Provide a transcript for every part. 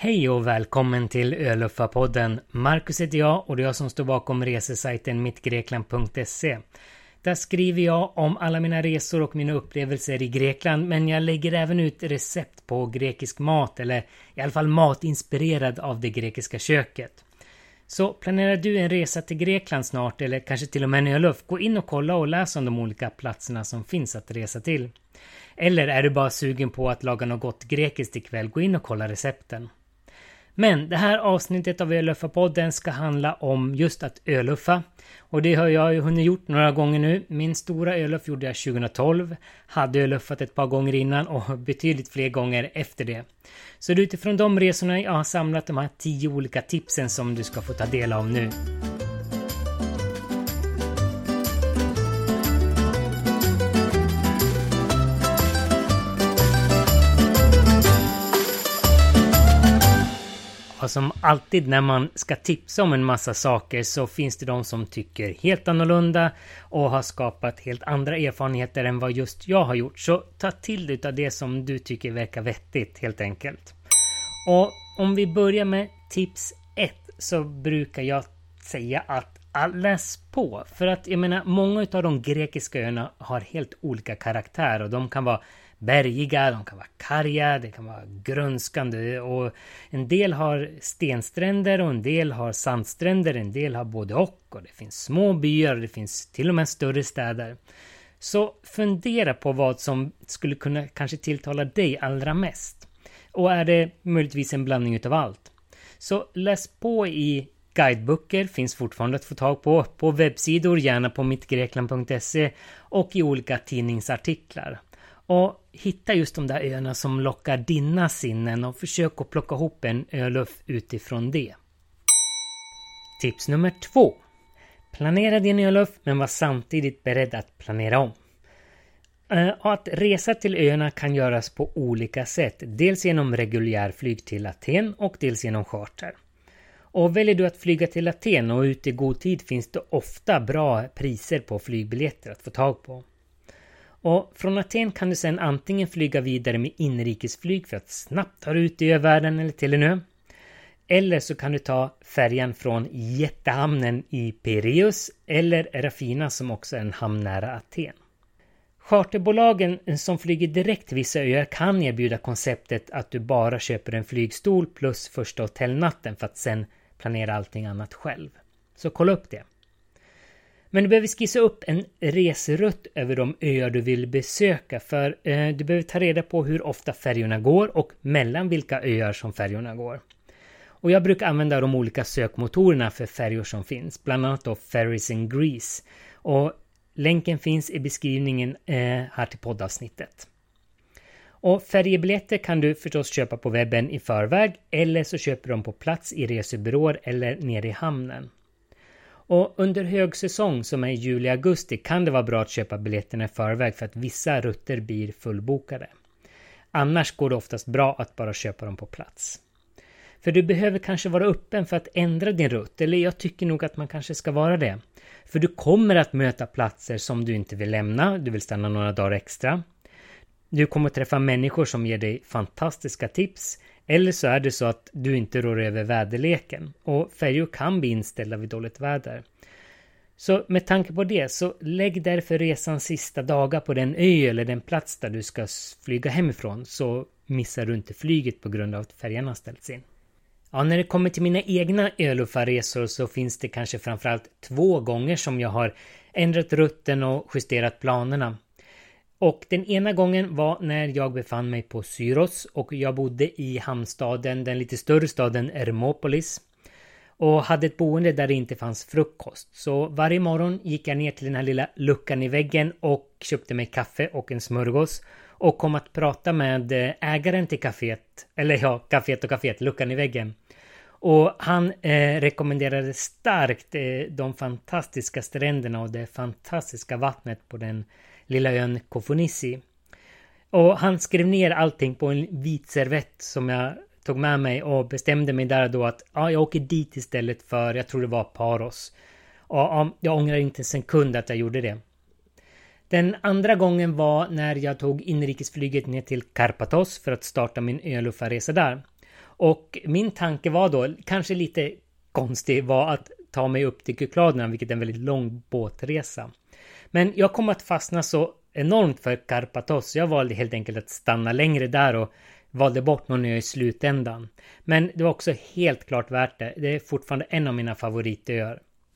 Hej och välkommen till Öluffa-podden. Marcus heter jag och det är jag som står bakom resesajten mittgrekland.se. Där skriver jag om alla mina resor och mina upplevelser i Grekland, men jag lägger även ut recept på grekisk mat, eller i alla fall mat inspirerad av det grekiska köket. Så planerar du en resa till Grekland snart, eller kanske till och med en öluff, gå in och kolla och läs om de olika platserna som finns att resa till. Eller är du bara sugen på att laga något gott grekiskt ikväll, gå in och kolla recepten. Men det här avsnittet av Öluffa-podden ska handla om just att öluffa. Och det har jag ju hunnit gjort några gånger nu. Min stora öluff gjorde jag 2012. Hade öluffat ett par gånger innan och betydligt fler gånger efter det. Så utifrån de resorna jag har samlat de här 10 olika tipsen som du ska få ta del av nu. Och som alltid när man ska tipsa om en massa saker så finns det de som tycker helt annorlunda och har skapat helt andra erfarenheter än vad just jag har gjort. Så ta till dig av det som du tycker verkar vettigt helt enkelt. Och om vi börjar med tips 1 så brukar jag säga att läs på. För att jag menar, många av de grekiska öarna har helt olika karaktär och de kan vara bergiga, de kan vara karga, det kan vara grönskande och en del har stenstränder och en del har sandstränder, en del har både och det finns små byar och det finns till och med större städer. Så fundera på vad som skulle kunna kanske tilltala dig allra mest. Och är det möjligtvis en blandning utav allt. Så läs på i guideböcker, finns fortfarande att få tag på webbsidor, gärna på mittgrekland.se och i olika tidningsartiklar. Och hitta just de där öarna som lockar dina sinnen och försök att plocka ihop en öluff utifrån det. Tips nummer 2. Planera din öluff men var samtidigt beredd att planera om. Att resa till öarna kan göras på olika sätt. Dels genom reguljär flyg till Aten och dels genom charter. Och väljer du att flyga till Aten och ut i god tid finns det ofta bra priser på flygbiljetter att få tag på. Och från Aten kan du sedan antingen flyga vidare med inrikesflyg för att snabbt ta dig ut i övärlden eller till en ö. Eller så kan du ta färjan från jättehamnen i Pireus eller Rafina som också är en hamn nära Aten. Charterbolagen som flyger direkt till vissa öar kan erbjuda konceptet att du bara köper en flygstol plus första hotellnatten för att sen planera allting annat själv. Så kolla upp det. Men du behöver skissa upp en reserutt över de öar du vill besöka för du behöver ta reda på hur ofta färjorna går och mellan vilka öar som färjorna går. Och jag brukar använda de olika sökmotorerna för färjor som finns, bland annat då Ferries in Greece. Och länken finns i beskrivningen här till poddavsnittet. Och färjebiljetter kan du förstås köpa på webben i förväg eller så köper de på plats i resebyråer eller nere i hamnen. Och under högsäsong som är i juli-augusti kan det vara bra att köpa biljetterna i förväg för att vissa rutter blir fullbokade. Annars går det oftast bra att bara köpa dem på plats. För du behöver kanske vara öppen för att ändra din rutt, eller jag tycker nog att man kanske ska vara det. För du kommer att möta platser som du inte vill lämna, du vill stanna några dagar extra. Du kommer att träffa människor som ger dig fantastiska tips. Eller så är det så att du inte rår över väderleken. Och färjor kan bli inställda vid dåligt väder. Så med tanke på det så lägg därför resans sista dagar på den ö eller den plats där du ska flyga hemifrån. Så missar du inte flyget på grund av att färjan har ställts in. Ja, när det kommer till mina egna öluffa-resor så finns det kanske framförallt 2 gånger som jag har ändrat rutten och justerat planerna. Och den ena gången var när jag befann mig på Syros och jag bodde i hamnstaden, den lite större staden Hermopolis. Och hade ett boende där det inte fanns frukost. Så varje morgon gick jag ner till den här lilla luckan i väggen och köpte mig kaffe och en smörgås. Och kom att prata med ägaren till kaféet, eller ja, kaféet, luckan i väggen. Och han rekommenderade starkt de fantastiska stränderna och det fantastiska vattnet på den lilla ön Kofonissi. Och han skrev ner allting på en vit servett som jag tog med mig och bestämde mig där då att jag åker dit istället för, jag tror det var Paros. Och jag ångrar inte en sekund att jag gjorde det. Den andra gången var när jag tog inrikesflyget ner till Karpathos för att starta min öluffarresa där. Och min tanke var då, kanske lite konstig, var att ta mig upp till Kykladerna, vilket är en väldigt lång båtresa. Men jag kom att fastna så enormt för Karpathos. Jag valde helt enkelt att stanna längre där och valde bort någon ö i slutändan. Men det var också helt klart värt det. Det är fortfarande en av mina favoritöar.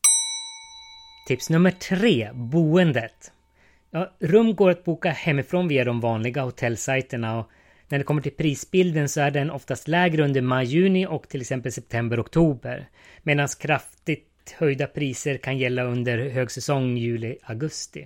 Tips nummer 3. Boendet. Ja, rum går att boka hemifrån via de vanliga hotellsajterna, och när det kommer till prisbilden så är den oftast lägre under maj-juni och till exempel september-oktober. Medan kraftigt höjda priser kan gälla under högsäsong juli-augusti.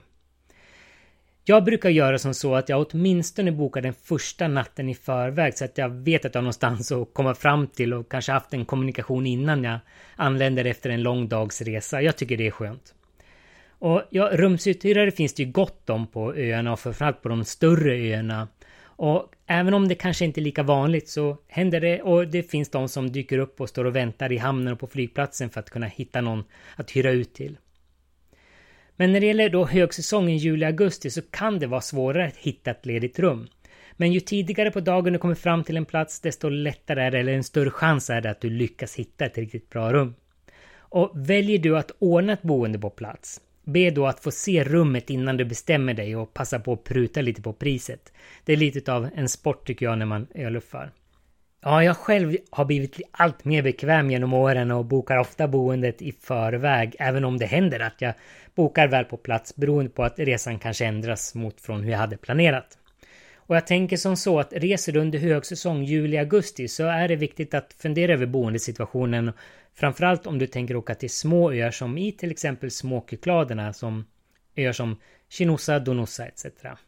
Jag brukar göra som så att jag åtminstone bokar den första natten i förväg så att jag vet att jag har någonstans att komma fram till och kanske haft en kommunikation innan jag anländer efter en lång dags resa. Jag tycker det är skönt. Och ja, rumsuthyrare finns det ju gott om på öarna och framförallt på de större öarna. Och även om det kanske inte är lika vanligt så händer det, och det finns de som dyker upp och står och väntar i hamnen och på flygplatsen för att kunna hitta någon att hyra ut till. Men när det gäller då högsäsongen juli-augusti så kan det vara svårare att hitta ett ledigt rum. Men ju tidigare på dagen du kommer fram till en plats, desto lättare är det, eller en större chans är det att du lyckas hitta ett riktigt bra rum. Och väljer du att ordna ett boende på plats, be då att få se rummet innan du bestämmer dig och passa på att pruta lite på priset. Det är lite av en sport tycker jag när man öluffar. Ja, jag själv har blivit allt mer bekväm genom åren och bokar ofta boendet i förväg, även om det händer att jag bokar väl på plats beroende på att resan kanske ändras mot från hur jag hade planerat. Och jag tänker som så att reser du under högsäsong juli-augusti så är det viktigt att fundera över boendesituationen, framförallt om du tänker åka till små öar som i till exempel Småkykladerna, som öar som Chinosa, Donosa etc.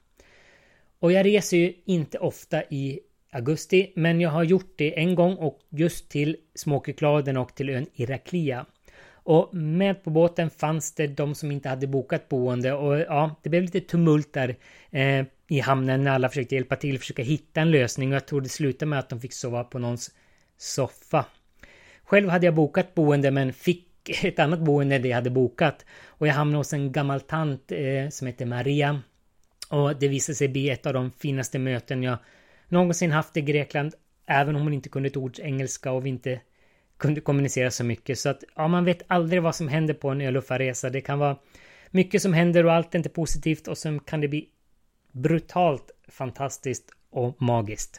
Och jag reser ju inte ofta i augusti, men jag har gjort det en gång och just till Småkykladerna och till ön Iraklia. Och med på båten fanns det de som inte hade bokat boende, och ja, det blev lite tumult där i hamnen när alla försökte hjälpa till, försöka hitta en lösning, och jag tror det slutade med att de fick sova på någons soffa. Själv hade jag bokat boende men fick ett annat boende det jag hade bokat, och jag hamnade hos en gammal tant som heter Maria, och det visade sig bli ett av de finaste möten jag någonsin haft i Grekland, även om hon inte kunde ett ord engelska och vi inte kunde kommunicera så mycket. Så att ja, man vet aldrig vad som händer på en öluffarresa. Det kan vara mycket som händer och allt är inte positivt, och sen kan det bli brutalt fantastiskt och magiskt.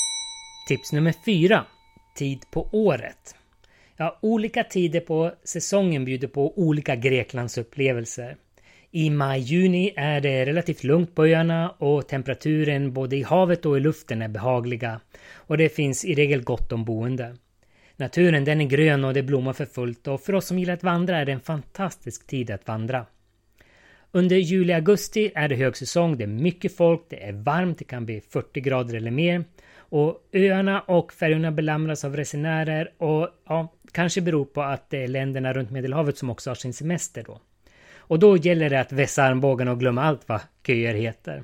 Tips nummer 4. Tid på året. Ja, olika tider på säsongen bjuder på olika Greklandsupplevelser. I maj-juni är det relativt lugnt på öarna och temperaturen både i havet och i luften är behagliga, och det finns i regel gott om boende. Naturen den är grön och det blommar för fullt, och för oss som gillar att vandra är det en fantastisk tid att vandra. Under juli-augusti är det högsäsong, det är mycket folk, det är varmt, det kan bli 40 grader eller mer, och öarna och färjorna belamras av resenärer, och ja, kanske beror på att det är länderna runt Medelhavet som också har sin semester då. Och då gäller det att vässa armbågen och glömma allt vad köer heter.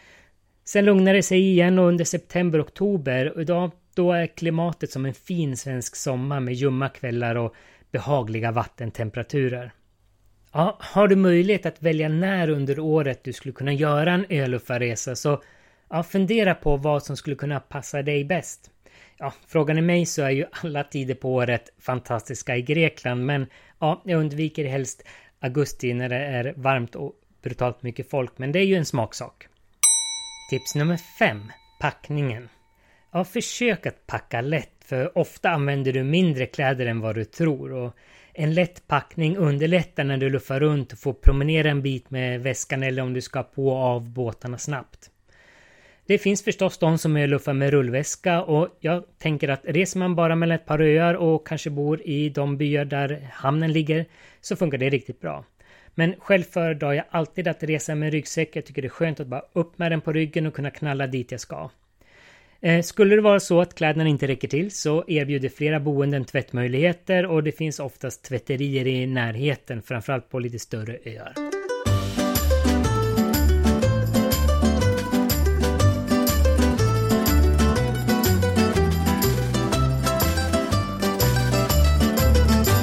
Sen lugnar det sig igen, och under september-oktober då är klimatet som en fin svensk sommar med ljumma kvällar och behagliga vattentemperaturer. Ja, har du möjlighet att välja när under året du skulle kunna göra en öluffarresa, så ja, fundera på vad som skulle kunna passa dig bäst. Ja, frågan är mig så är ju alla tider på året fantastiska i Grekland, men ja, jag undviker helst augusti när det är varmt och brutalt mycket folk, men det är ju en smaksak. Tips nummer 5. Packningen. Ja, försök att packa lätt, för ofta använder du mindre kläder än vad du tror, och en lätt packning underlättar när du luffar runt och får promenera en bit med väskan eller om du ska på och av båtarna snabbt. Det finns förstås de som luffar med rullväska, och jag tänker att reser man bara mellan ett par öar och kanske bor i de byar där hamnen ligger så funkar det riktigt bra. Men själv föredrar jag alltid att resa med ryggsäck. Jag tycker det är skönt att bara upp med den på ryggen och kunna knalla dit jag ska. Skulle det vara så att kläderna inte räcker till så erbjuder flera boenden tvättmöjligheter, och det finns oftast tvätterier i närheten, framförallt på lite större öar.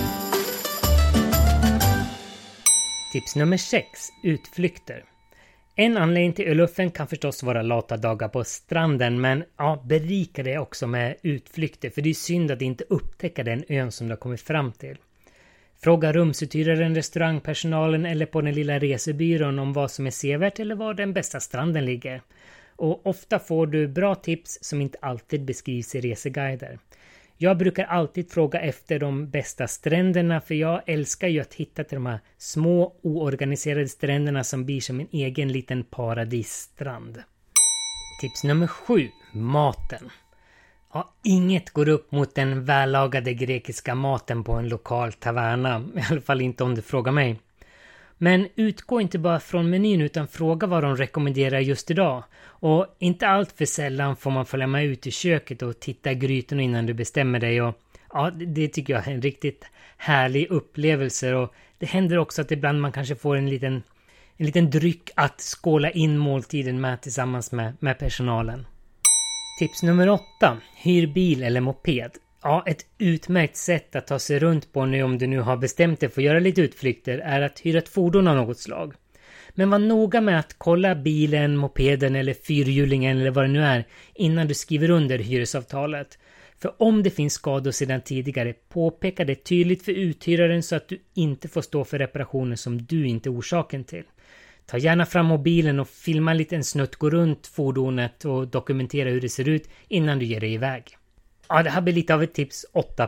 Tips nummer 6. Utflykter. En anledning till öluffen kan förstås vara lata dagar på stranden, men ja, berika det också med utflykter, för det är synd att inte upptäcka den ön som du har kommit fram till. Fråga rumsuthyraren, restaurangpersonalen eller på den lilla resebyrån om vad som är sevärt eller var den bästa stranden ligger. Och ofta får du bra tips som inte alltid beskrivs i reseguider. Jag brukar alltid fråga efter de bästa stränderna, för jag älskar ju att hitta till de här små oorganiserade stränderna som blir som en egen liten paradisstrand. Tips nummer 7. Maten. Ja, inget går upp mot den vällagade grekiska maten på en lokal taverna, i alla fall inte om du frågar mig. Men utgå inte bara från menyn utan fråga vad de rekommenderar just idag. Och inte allt för sällan får man följa med ut i köket och titta i grytorna innan du bestämmer dig. Och ja, det tycker jag är en riktigt härlig upplevelse. Och det händer också att ibland man kanske får en liten dryck att skåla in måltiden med tillsammans med personalen. Tips nummer 8. Hyr bil eller moped. Ja, ett utmärkt sätt att ta sig runt på nu om du nu har bestämt dig för att göra lite utflykter är att hyra ett fordon av något slag. Men var noga med att kolla bilen, mopeden eller fyrhjulingen eller vad det nu är innan du skriver under hyresavtalet. För om det finns skador sedan tidigare, påpeka det tydligt för uthyraren så att du inte får stå för reparationer som du inte är orsaken till. Ta gärna fram mobilen och filma en liten snutt, gå runt fordonet och dokumentera hur det ser ut innan du ger dig iväg. Ja, det här blir lite av ett tips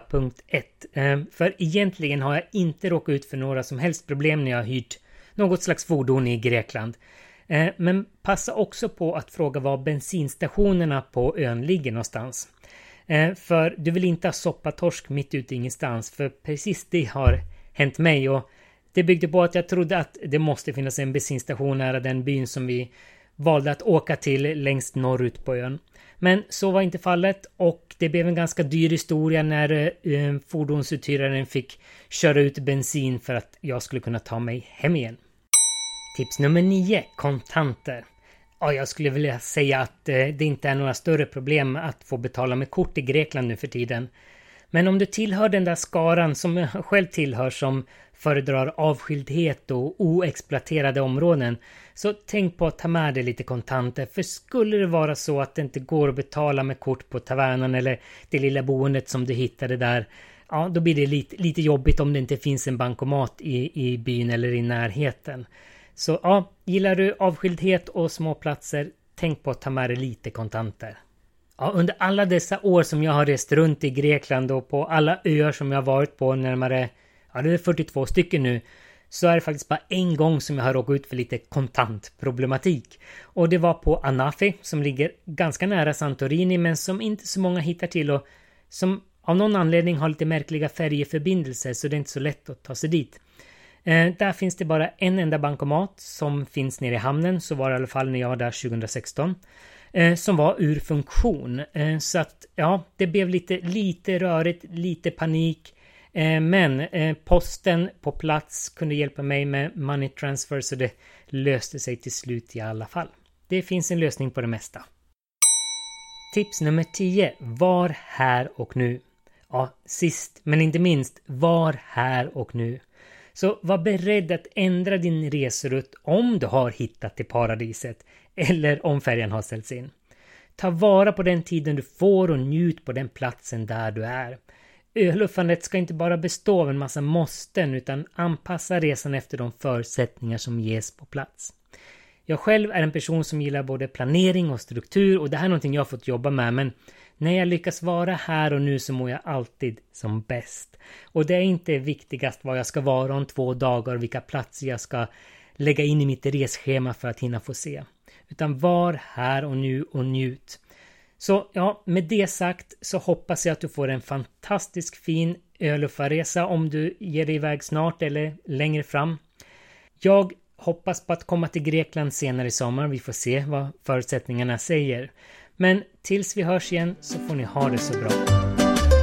8.1. För egentligen har jag inte råkat ut för några som helst problem när jag har hyrt något slags fordon i Grekland. Men passa också på att fråga var bensinstationerna på ön ligger någonstans. För du vill inte ha soppatorsk mitt ute ingenstans, för precis det har hänt mig och det byggde på att jag trodde att det måste finnas en bensinstation nära den byn som vi valde att åka till längst norrut på ön. Men så var inte fallet och det blev en ganska dyr historia när fordonsuthyraren fick köra ut bensin för att jag skulle kunna ta mig hem igen. Tips nummer 9. Kontanter. Ja, jag skulle vilja säga att det inte är några större problem att få betala med kort i Grekland nu för tiden. Men om du tillhör den där skaran som jag själv tillhör som föredrar avskildhet och oexploaterade områden, så tänk på att ta med dig lite kontanter, för skulle det vara så att det inte går att betala med kort på tavernan eller det lilla boendet som du hittade där, ja, då blir det lite jobbigt om det inte finns en bankomat i byn eller i närheten. Så ja, gillar du avskildhet och små platser, tänk på att ta med dig lite kontanter. Ja, under alla dessa år som jag har rest runt i Grekland och på alla öar som jag har varit på, närmare, ja, det är 42 stycken nu, så är det faktiskt bara en gång som jag har råkat ut för lite kontantproblematik. Och det var på Anafi som ligger ganska nära Santorini men som inte så många hittar till och som av någon anledning har lite märkliga färjeförbindelser, så det är inte så lätt att ta sig dit. Där finns det bara en enda bankomat som finns nere i hamnen, så var det i alla fall när jag var där 2016. Som var ur funktion. Så att ja, det blev lite rörigt, lite panik. Men posten på plats kunde hjälpa mig med money transfer, så det löste sig till slut i alla fall. Det finns en lösning på det mesta. Tips nummer 10. Var här och nu. Ja, sist men inte minst, var här och nu. Så var beredd att ändra din reserutt om du har hittat till paradiset eller om färjan har ställts in. Ta vara på den tiden du får och njut på den platsen där du är. Öluffandet ska inte bara bestå av en massa måsten utan anpassa resan efter de förutsättningar som ges på plats. Jag själv är en person som gillar både planering och struktur och det här är någonting jag har fått jobba med, men när jag lyckas vara här och nu så mår jag alltid som bäst. Och det är inte viktigast vad jag ska vara om 2 dagar och vilka platser jag ska lägga in i mitt resschema för att hinna få se. Utan var här och nu och njut. Så ja, med det sagt så hoppas jag att du får en fantastisk fin öluffarresa om du ger dig iväg snart eller längre fram. Jag hoppas på att komma till Grekland senare i sommar. Vi får se vad förutsättningarna säger. Men tills vi hörs igen så får ni ha det så bra.